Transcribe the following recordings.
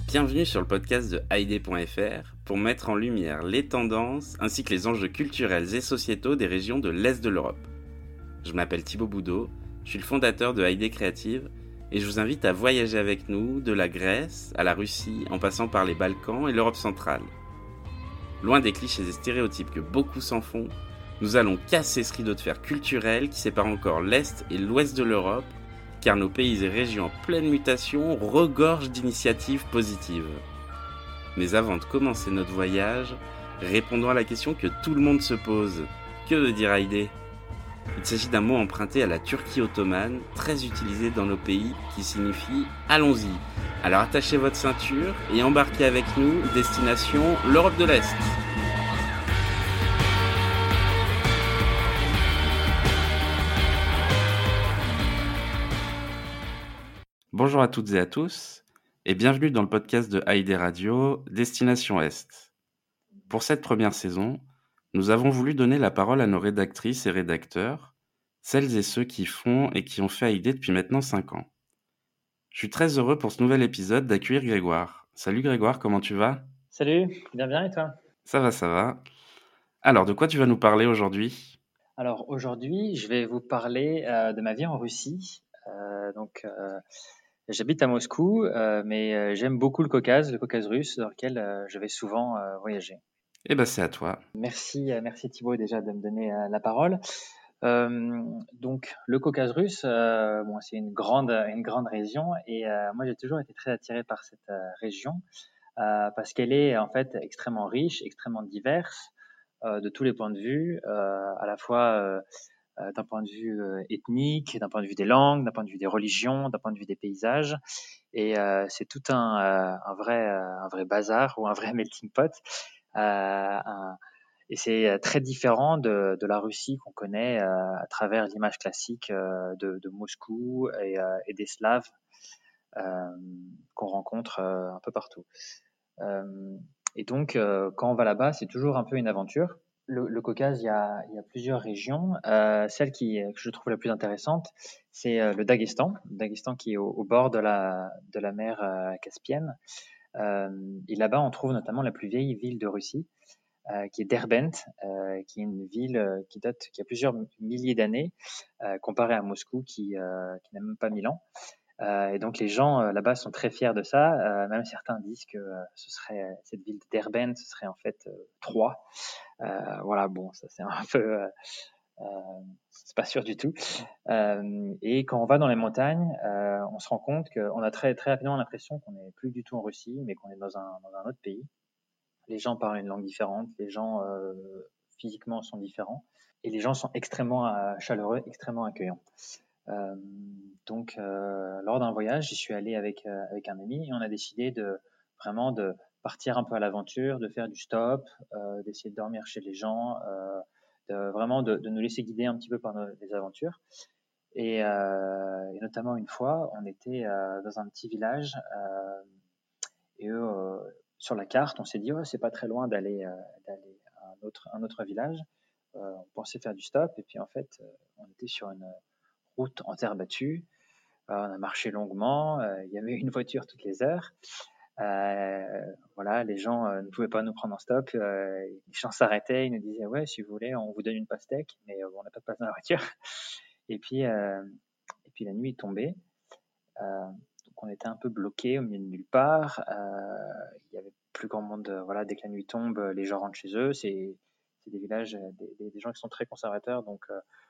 Bienvenue sur le podcast de Haïdé.fr pour mettre en lumière les tendances ainsi que les enjeux culturels et sociétaux des régions de l'Est de l'Europe. Je m'appelle Thibaut Boudot, je suis le fondateur de Haïdé Créative et je vous invite à voyager avec nous de la Grèce à la Russie en passant par les Balkans et l'Europe centrale. Loin des clichés et stéréotypes que beaucoup s'en font, nous allons casser ce rideau de fer culturel qui sépare encore l'Est et l'Ouest de l'Europe, car nos pays et régions en pleine mutation regorgent d'initiatives positives. Mais avant de commencer notre voyage, répondons à la question que tout le monde se pose. Que veut dire Haïdé ? Il s'agit d'un mot emprunté à la Turquie ottomane, très utilisé dans nos pays, qui signifie « allons-y ». Alors attachez votre ceinture et embarquez avec nous, destination l'Europe de l'Est. Bonjour à toutes et à tous, et bienvenue dans le podcast de Haïdé Radio, Destination Est. Pour cette première saison, nous avons voulu donner la parole à nos rédactrices et rédacteurs, celles et ceux qui font et qui ont fait Haïdé depuis maintenant 5 ans. Je suis très heureux pour ce nouvel épisode d'accueillir Grégoire. Salut Grégoire, comment tu vas ? Salut, bien et toi ? Ça va. Alors, de quoi tu vas nous parler aujourd'hui ? Alors aujourd'hui, je vais vous parler de ma vie en Russie. J'habite à Moscou, mais j'aime beaucoup le Caucase russe, dans lequel je vais souvent voyager. Eh ben, c'est à toi. Merci Thibaut déjà de me donner la parole. Donc le Caucase russe, c'est une grande région et moi j'ai toujours été très attiré par cette région parce qu'elle est en fait extrêmement riche, extrêmement diverse de tous les points de vue, à la fois d'un point de vue ethnique, d'un point de vue des langues, d'un point de vue des religions, d'un point de vue des paysages. Et c'est tout un vrai bazar ou un vrai melting pot. Et c'est très différent de la Russie qu'on connaît à travers l'image classique de Moscou et des Slaves qu'on rencontre un peu partout. Et donc, quand on va là-bas, c'est toujours un peu une aventure. Le Caucase, il y a plusieurs régions. Celle que je trouve la plus intéressante, c'est le Daghestan. Le Daghestan qui est au bord de la mer Caspienne. Et là-bas, on trouve notamment la plus vieille ville de Russie, qui est Derbent, qui est une ville qui a plusieurs milliers d'années, comparée à Moscou, qui n'a même pas 1000 ans. Et donc les gens là-bas sont très fiers de ça. Même certains disent que cette ville de Derbent, ce serait en fait Troie. Voilà, bon, ça c'est un peu, c'est pas sûr du tout. Et quand on va dans les montagnes, on se rend compte qu'on a très très rapidement l'impression qu'on n'est plus du tout en Russie, mais qu'on est dans un autre pays. Les gens parlent une langue différente, les gens physiquement sont différents, et les gens sont extrêmement chaleureux, extrêmement accueillants. Lors d'un voyage, j'y suis allé avec un ami et on a décidé de partir un peu à l'aventure, de faire du stop, d'essayer de dormir chez les gens, de nous laisser guider un petit peu par les aventures. Et notamment une fois, on était dans un petit village et sur la carte, on s'est dit c'est pas très loin d'aller à un autre village. On pensait faire du stop et puis en fait, on était sur une route en terre battue. On a marché longuement. Il y avait une voiture toutes les heures. Les gens ne pouvaient pas nous prendre en stop. Les gens s'arrêtaient, ils nous disaient ouais, si vous voulez, on vous donne une pastèque, mais on n'a pas de place dans la voiture. Et puis la nuit est tombée. Donc on était un peu bloqués au milieu de nulle part. Il y avait plus grand monde. Dès que la nuit tombe, les gens rentrent chez eux. C'est des villages, des gens qui sont très conservateurs, donc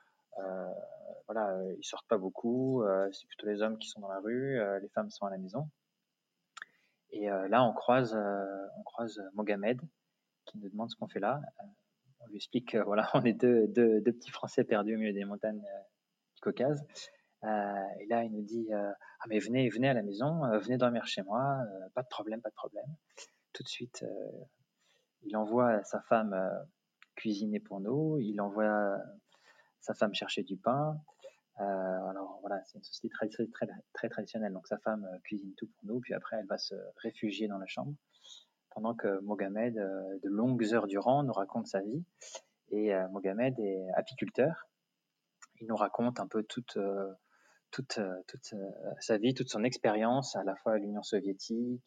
ils sortent pas beaucoup. C'est plutôt les hommes qui sont dans la rue, les femmes sont à la maison. Et là, on croise Mohamed qui nous demande ce qu'on fait là. On lui explique que on est deux petits Français perdus au milieu des montagnes du Caucase. Et là, il nous dit mais venez à la maison, venez dormir chez moi, pas de problème. Tout de suite, il envoie sa femme cuisiner pour nous, il envoie sa femme chercher du pain. C'est une société très traditionnelle. Donc sa femme cuisine tout pour nous, puis après elle va se réfugier dans la chambre, pendant que Mohamed, de longues heures durant, nous raconte sa vie. Et Mohamed est apiculteur. Il nous raconte un peu toute sa vie, toute son expérience, à la fois à l'Union soviétique,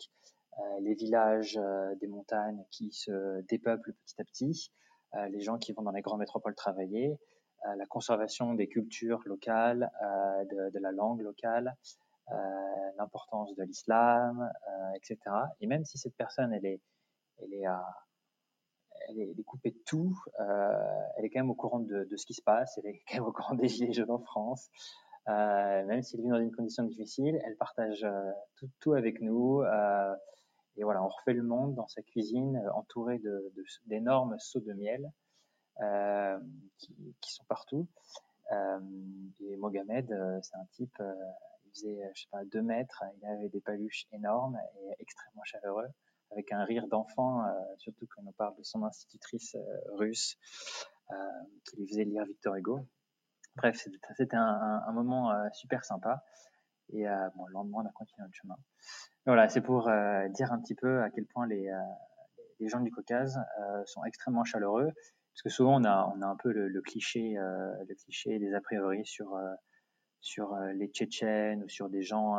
les villages des montagnes qui se dépeuplent petit à petit, les gens qui vont dans les grandes métropoles travailler, la conservation des cultures locales, de la langue locale, l'importance de l'islam, etc. Et même si cette personne, elle est, à, elle est coupée de tout, elle est quand même au courant de ce qui se passe, elle est quand même au courant des gilets jaunes en France. Même s'il vit dans une condition difficile, elle partage tout avec nous. Et voilà, on refait le monde dans sa cuisine, entouré d'énormes seaux de miel euh, qui sont partout. Euh, et Mohamed, c'est un type, il faisait, je sais pas, 2 mètres, il avait des paluches énormes et extrêmement chaleureux, avec un rire d'enfant, surtout quand on parle de son institutrice russe, euh, qui lui faisait lire Victor Hugo. Bref, c'était un moment super sympa. Et bon, le lendemain, on a continué notre chemin. Voilà, c'est pour dire un petit peu à quel point les gens du Caucase sont extrêmement chaleureux, parce que souvent on a un peu le cliché des a priori sur les Tchétchènes ou sur des gens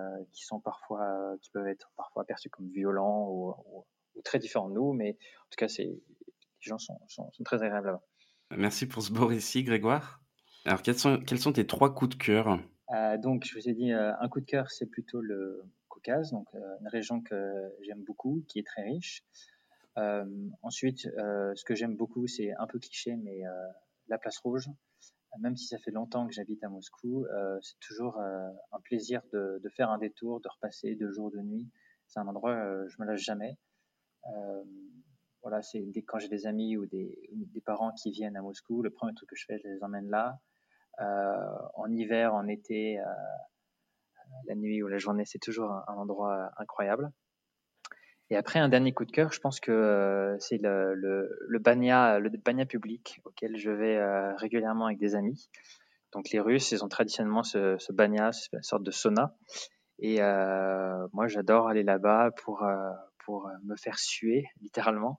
qui peuvent être parfois perçus comme violents ou très différents de nous, mais en tout cas, les gens sont très agréables là-bas. Merci pour ce beau récit, Grégoire. Alors, quels sont tes 3 coups de cœur? Donc, je vous ai dit, un coup de cœur, c'est plutôt le Caucase, donc une région que j'aime beaucoup, qui est très riche. Ensuite, ce que j'aime beaucoup, c'est un peu cliché, mais la place rouge. Même si ça fait longtemps que j'habite à Moscou, c'est toujours un plaisir de faire un détour, de repasser 2 jours de nuit. C'est un endroit, je me lâche jamais. Euh, voilà, quand j'ai des amis ou des parents qui viennent à Moscou, le premier truc que je fais, je les emmène là. En hiver, en été, la nuit ou la journée, c'est toujours un endroit incroyable. Et après, un dernier coup de cœur, je pense que c'est le banya public auquel je vais régulièrement avec des amis. Donc les Russes, ils ont traditionnellement ce banya, c'est une sorte de sauna. Et moi, j'adore aller là-bas pour me faire suer, littéralement.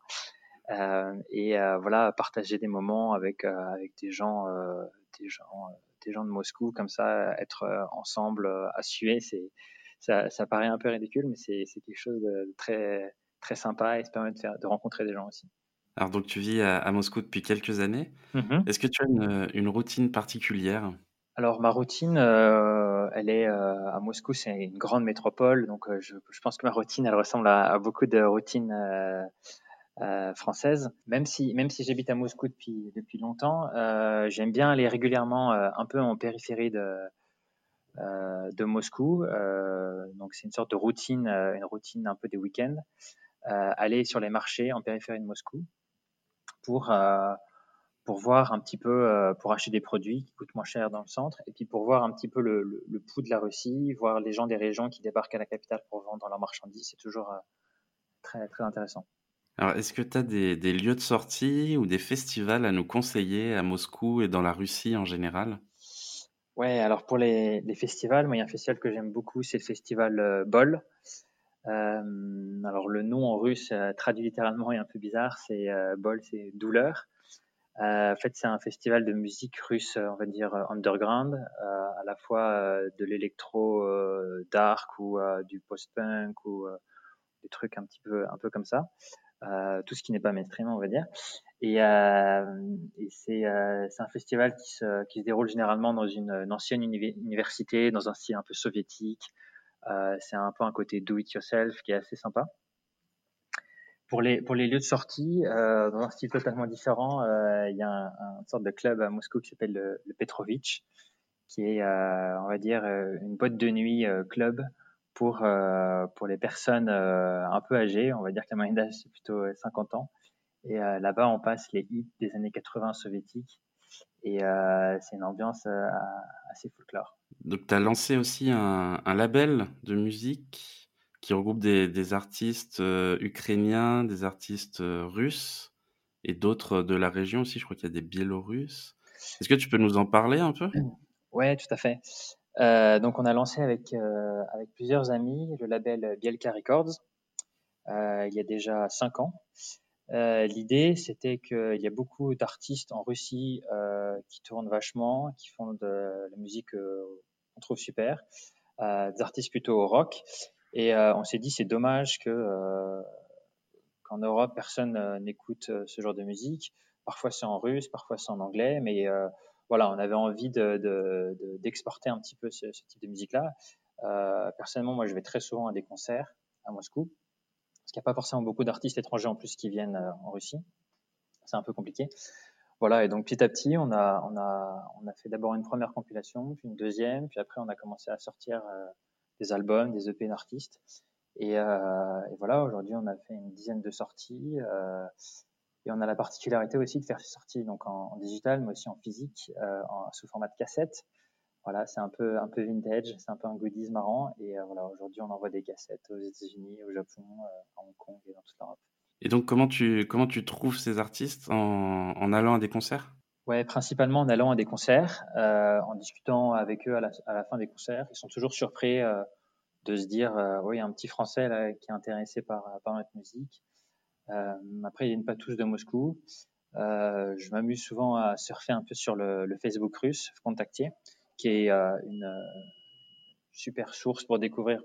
Voilà, partager des moments avec des gens, des gens de Moscou, comme ça, être ensemble à suer, ça paraît un peu ridicule, mais c'est quelque chose de très, très sympa et ça permet de rencontrer des gens aussi. Alors donc tu vis à Moscou depuis quelques années. Mhm. Est-ce que tu as une routine particulière? Alors ma routine, elle est à Moscou, c'est une grande métropole, donc je pense que ma routine, elle ressemble à beaucoup de routines françaises. Même si j'habite à Moscou depuis longtemps, j'aime bien aller régulièrement un peu en périphérie de Moscou. Donc c'est une sorte de routine, une routine un peu des week-ends. Aller sur les marchés en périphérie de Moscou pour euh, pour voir un petit peu, pour acheter des produits qui coûtent moins cher dans le centre, et puis pour voir un petit peu le pouls de la Russie, voir les gens des régions qui débarquent à la capitale pour vendre leurs marchandises, c'est toujours très, très intéressant. Alors est-ce que tu as des lieux de sortie ou des festivals à nous conseiller à Moscou et dans la Russie en général? Ouais, alors pour les festivals, moi il y a un festival que j'aime beaucoup, c'est le festival BOL. Alors le nom en russe traduit littéralement est un peu bizarre, c'est BOL, c'est douleur. En fait, c'est un festival de musique russe, on va dire underground, à la fois de l'électro dark ou du post-punk ou des trucs un peu comme ça. Tout ce qui n'est pas mainstream, on va dire. Et c'est un festival qui se déroule généralement dans une ancienne université, dans un style un peu soviétique. C'est un peu un côté do it yourself qui est assez sympa. Pour les lieux de sortie, dans un style totalement différent, il y a une sorte de club à Moscou qui s'appelle le Petrovitch, qui est, on va dire, une boîte de nuit club pour les personnes un peu âgées. On va dire que la moyenne d'âge, c'est plutôt 50 ans. Et là-bas, on passe les hits des années 80 soviétiques. Et c'est une ambiance assez folklore. Donc tu as lancé aussi un label de musique qui regroupe des artistes, ukrainiens, des artistes, russes et d'autres de la région aussi. Je crois qu'il y a des Biélorusses. Est-ce que tu peux nous en parler un peu? Ouais, tout à fait. Donc, on a lancé avec plusieurs amis le label Bielka Records il y a déjà 5 ans. L'idée, c'était qu'il y a beaucoup d'artistes en Russie qui tournent vachement, qui font de la musique qu'on trouve super, des artistes plutôt au rock. Et on s'est dit, c'est dommage qu'en Europe, personne n'écoute ce genre de musique. Parfois c'est en russe, parfois c'est en anglais, mais voilà, on avait envie d'exporter un petit peu ce type de musique-là. Personnellement, moi, je vais très souvent à des concerts à Moscou, parce qu'il n'y a pas forcément beaucoup d'artistes étrangers en plus qui viennent en Russie. C'est un peu compliqué. Voilà, et donc petit à petit, on a fait d'abord une première compilation, puis une deuxième, puis après on a commencé à sortir des albums, des EP d'artistes. Et voilà, aujourd'hui on a fait une dizaine de sorties. Et on a la particularité aussi de faire ces sorties donc en digital, mais aussi en physique, sous format de cassette. Voilà, c'est un peu vintage, c'est un peu un goodies marrant. Et voilà, aujourd'hui on envoie des cassettes aux États-Unis, au Japon, à Hong Kong et dans toute l'Europe. Et donc comment tu trouves ces artistes en allant à des concerts? Ouais, principalement en allant à des concerts, en discutant avec eux à la fin des concerts. Ils sont toujours surpris de se dire, oui, il y a un petit Français là qui est intéressé par notre musique. Après, ils viennent pas tous de Moscou. Je m'amuse souvent à surfer un peu sur le Facebook russe, Contactier, qui est une super source pour découvrir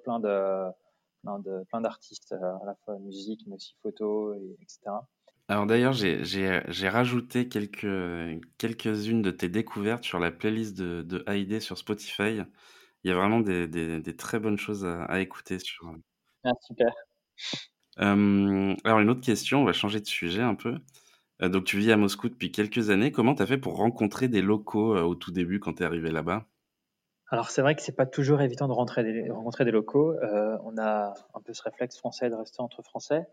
plein d'artistes, à la fois musique, mais aussi photo, etc. Alors d'ailleurs, j'ai rajouté quelques-unes de tes découvertes sur la playlist de Hallyday sur Spotify. Il y a vraiment des très bonnes choses à écouter sur. Ah, super. Alors une autre question, on va changer de sujet un peu. Donc tu vis à Moscou depuis quelques années. Comment tu as fait pour rencontrer des locaux, au tout début quand tu es arrivé là-bas? Alors c'est vrai que c'est pas toujours évident de rencontrer des locaux. On a un peu ce réflexe français de rester entre Français.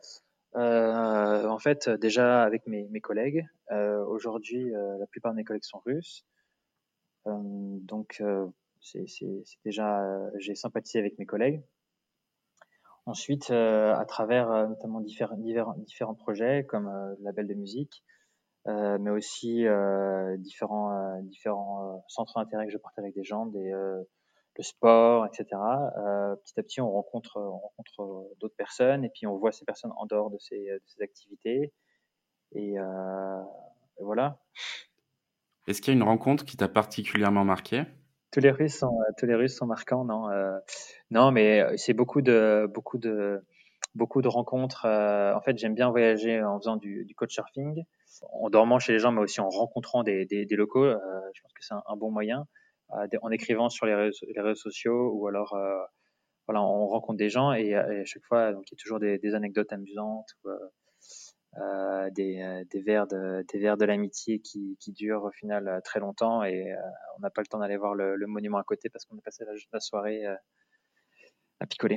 En fait, déjà avec mes collègues, aujourd'hui, la plupart de mes collègues sont russes. Donc, c'est déjà, j'ai sympathisé avec mes collègues. Ensuite, à travers notamment différents projets comme le label de musique, mais aussi différents centres d'intérêt que je partage avec des gens, le sport, etc. Petit à petit, on rencontre d'autres personnes et puis on voit ces personnes en dehors de ces activités. Et voilà. Est-ce qu'il y a une rencontre qui t'a particulièrement marqué? Tous les Russes sont marquants, non? Non, mais c'est beaucoup de rencontres. En fait, j'aime bien voyager en faisant du couchsurfing, en dormant chez les gens, mais aussi en rencontrant des locaux. Je pense que c'est un bon moyen, en écrivant sur les réseaux sociaux ou alors, voilà, on rencontre des gens et à chaque fois, donc il y a toujours des anecdotes amusantes ou des vers de l'amitié qui durent au final très longtemps et on n'a pas le temps d'aller voir le monument à côté parce qu'on a passé la soirée à picoler.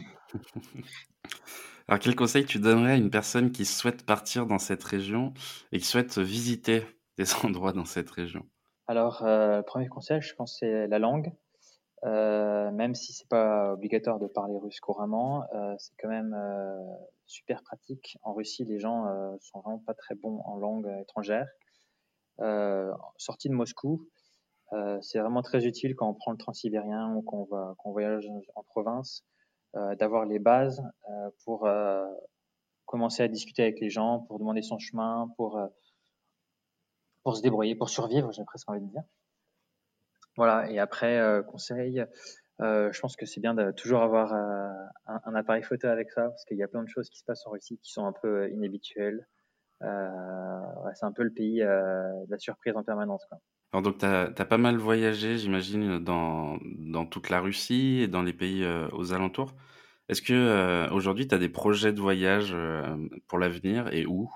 Alors quel conseil tu donnerais à une personne qui souhaite partir dans cette région et qui souhaite visiter des endroits dans cette région? Alors, le premier conseil, je pense, c'est la langue. Même si c'est pas obligatoire de parler russe couramment, c'est quand même super pratique. En Russie, les gens sont vraiment pas très bons en langue étrangère. Sorti de Moscou, c'est vraiment très utile quand on prend le transsibérien ou qu'on voyage en province, d'avoir les bases pour commencer à discuter avec les gens, pour demander son chemin, pour se débrouiller, pour survivre, j'ai presque envie de dire. Voilà, et après, conseil, je pense que c'est bien de toujours avoir un appareil photo avec ça, parce qu'il y a plein de choses qui se passent en Russie qui sont un peu inhabituelles. Ouais, c'est un peu le pays de la surprise en permanence, quoi. Alors donc tu as pas mal voyagé, j'imagine, dans toute la Russie et dans les pays, aux alentours. Est-ce que, aujourd'hui tu as des projets de voyage, pour l'avenir et où?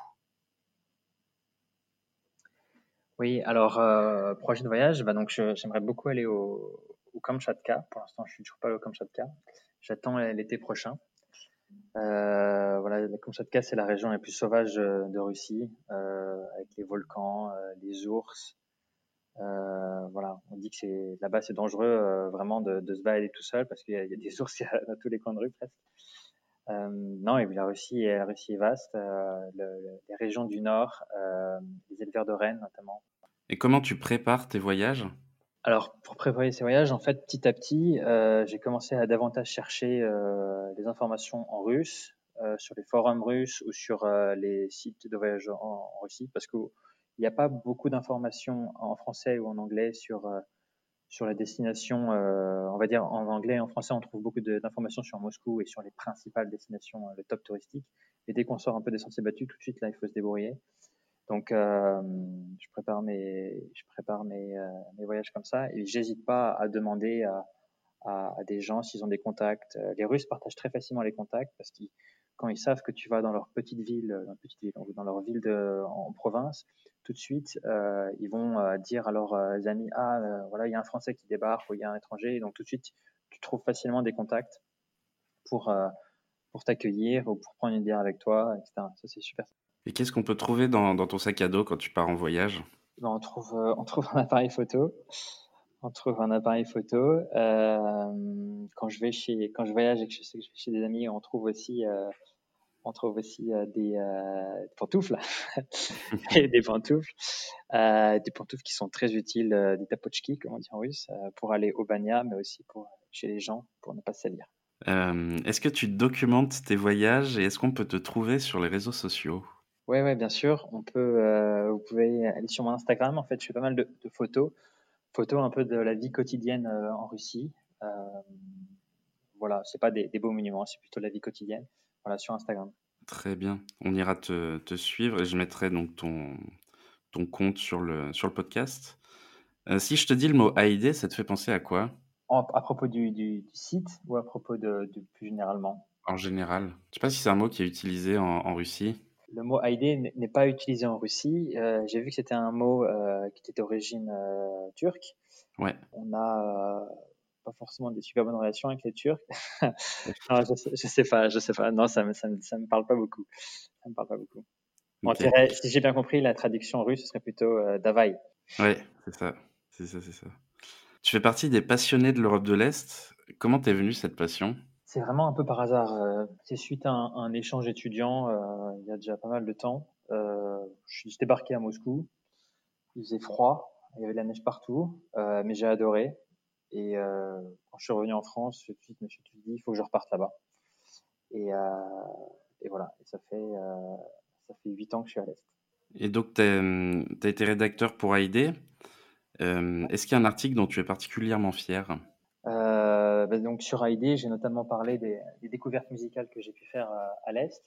Oui, alors, projet de voyage, bah donc j'aimerais beaucoup aller au Kamtchatka. Pour l'instant, je suis toujours pas allé au Kamtchatka. J'attends l'été prochain. Voilà, le Kamtchatka, c'est la région la plus sauvage de Russie, avec les volcans, les ours. Voilà, on dit que là-bas, c'est dangereux vraiment de se balader tout seul parce qu'il y a des ours dans tous les coins de rue presque. Non, et puis la Russie est vaste. Les régions du nord, les éleveurs de rennes notamment. Et comment tu prépares tes voyages? Alors, pour préparer ces voyages, en fait, petit à petit, j'ai commencé à davantage chercher des informations en russe, sur les forums russes ou sur les sites de voyage en Russie, parce qu'il n'y a pas beaucoup d'informations en français ou en anglais sur les destinations, on va dire en anglais et en français, on trouve beaucoup d'informations sur Moscou et sur les principales destinations, le top touristique. Et dès qu'on sort un peu des sentiers battus, tout de suite, là, il faut se débrouiller. Donc, je prépare mes voyages comme ça et j'hésite pas à demander à des gens s'ils ont des contacts. Les Russes partagent très facilement les contacts parce qu'ils, quand ils savent que tu vas dans leur petite ville, dans leur ville en province, tout de suite, ils vont dire à leurs amis, voilà, il y a un Français qui débarque ou il y a un étranger. Et donc tout de suite, tu trouves facilement des contacts pour, euh, pour t'accueillir ou pour prendre une bière avec toi, etc. Ça, c'est super. Et qu'est-ce qu'on peut trouver dans ton sac à dos quand tu pars en voyage? Ben, on trouve un appareil photo. On trouve un appareil photo. Quand je voyage et que je sais que je vais chez des amis, on trouve aussi des pantoufles et des pantoufles qui sont très utiles, des tapochki, comme on dit en russe, pour aller au banya, mais aussi pour chez les gens pour ne pas se salir. Est-ce que tu documentes tes voyages et est-ce qu'on peut te trouver sur les réseaux sociaux? Ouais, bien sûr. Vous pouvez aller sur mon Instagram. En fait, je fais pas mal de photos un peu de la vie quotidienne en Russie. Euh, voilà, c'est pas des beaux monuments, c'est plutôt la vie quotidienne. Voilà, sur Instagram. Très bien. On ira te suivre et je mettrai donc ton compte sur le podcast. Si je te dis le mot AID, ça te fait penser à quoi À propos du site ou à propos de plus généralement? en général? Je sais pas si c'est un mot qui est utilisé en Russie. Le mot ID n'est pas utilisé en Russie. J'ai vu que c'était un mot qui était d'origine turque. Ouais. On a pas forcément des super bonnes relations avec les Turcs. Non, je sais pas. Non, ça me parle pas beaucoup. Ça me parle pas beaucoup. On Ok. dirait, si j'ai bien compris, la traduction russe ce serait plutôt Davai. Ouais, c'est ça. C'est ça, c'est ça. Tu fais partie des passionnés de l'Europe de l'Est. Comment t'es venue cette passion? C'est vraiment un peu par hasard. C'est suite à un échange étudiant il y a déjà pas mal de temps. Je suis débarqué à Moscou. Il faisait froid, il y avait de la neige partout, mais j'ai adoré. Et quand je suis revenu en France, tout de suite, je me suis dit, il faut que je reparte là-bas. Et, euh, et voilà, et ça fait 8 ans que je suis à l'Est. Et donc, t'as été rédacteur pour AID. Est-ce qu'il y a un article dont tu es particulièrement fier? Donc sur ID, j'ai notamment parlé des découvertes musicales que j'ai pu faire à l'Est.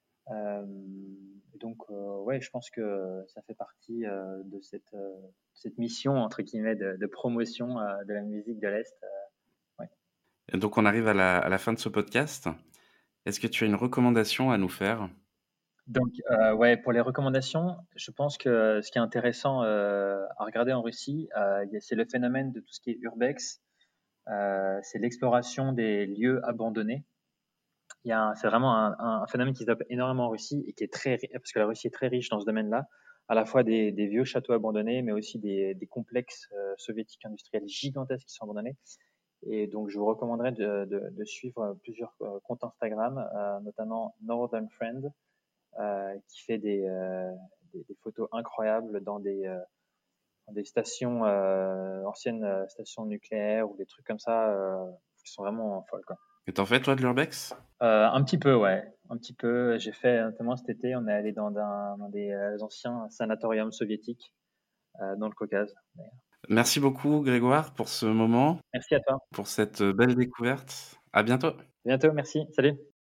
Ouais, je pense que ça fait partie de cette mission, entre guillemets, de promotion de la musique de l'Est. Ouais. Et donc, on arrive à la fin de ce podcast. Est-ce que tu as une recommandation à nous faire? Donc, ouais, pour les recommandations, je pense que ce qui est intéressant à regarder en Russie, c'est le phénomène de tout ce qui est urbex. C'est l'exploration des lieux abandonnés. C'est vraiment un phénomène qui se développe énormément en Russie et qui est parce que la Russie est très riche dans ce domaine-là, à la fois des vieux châteaux abandonnés, mais aussi des complexes soviétiques industriels gigantesques qui sont abandonnés. Et donc, je vous recommanderais de suivre plusieurs comptes Instagram, notamment Northern Friend, qui fait des photos incroyables dans des stations, anciennes stations nucléaires ou des trucs comme ça, qui sont vraiment folles, quoi. Et t'en fais, toi, de l'urbex? Un petit peu, ouais. Un petit peu. J'ai fait, notamment cet été, on est allé dans des anciens sanatoriums soviétiques dans le Caucase. Merci beaucoup, Grégoire, pour ce moment, Merci à toi. pour cette belle découverte. À bientôt. À bientôt, merci. Salut.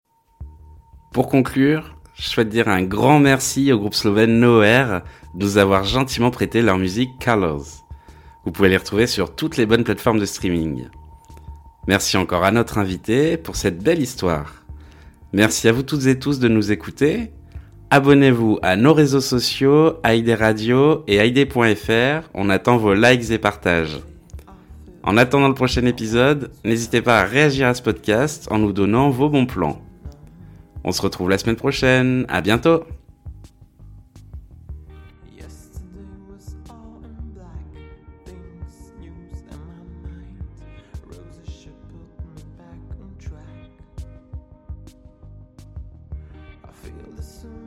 Pour conclure, je souhaite dire un grand merci au groupe slovène Nowhere de nous avoir gentiment prêté leur musique Colors. Vous pouvez les retrouver sur toutes les bonnes plateformes de streaming. Merci encore à notre invité pour cette belle histoire. Merci à vous toutes et tous de nous écouter. Abonnez-vous à nos réseaux sociaux, AID Radio et AID.fr. On attend vos likes et partages. En attendant le prochain épisode, n'hésitez pas à réagir à ce podcast en nous donnant vos bons plans. On se retrouve la semaine prochaine. À bientôt! Feel the sun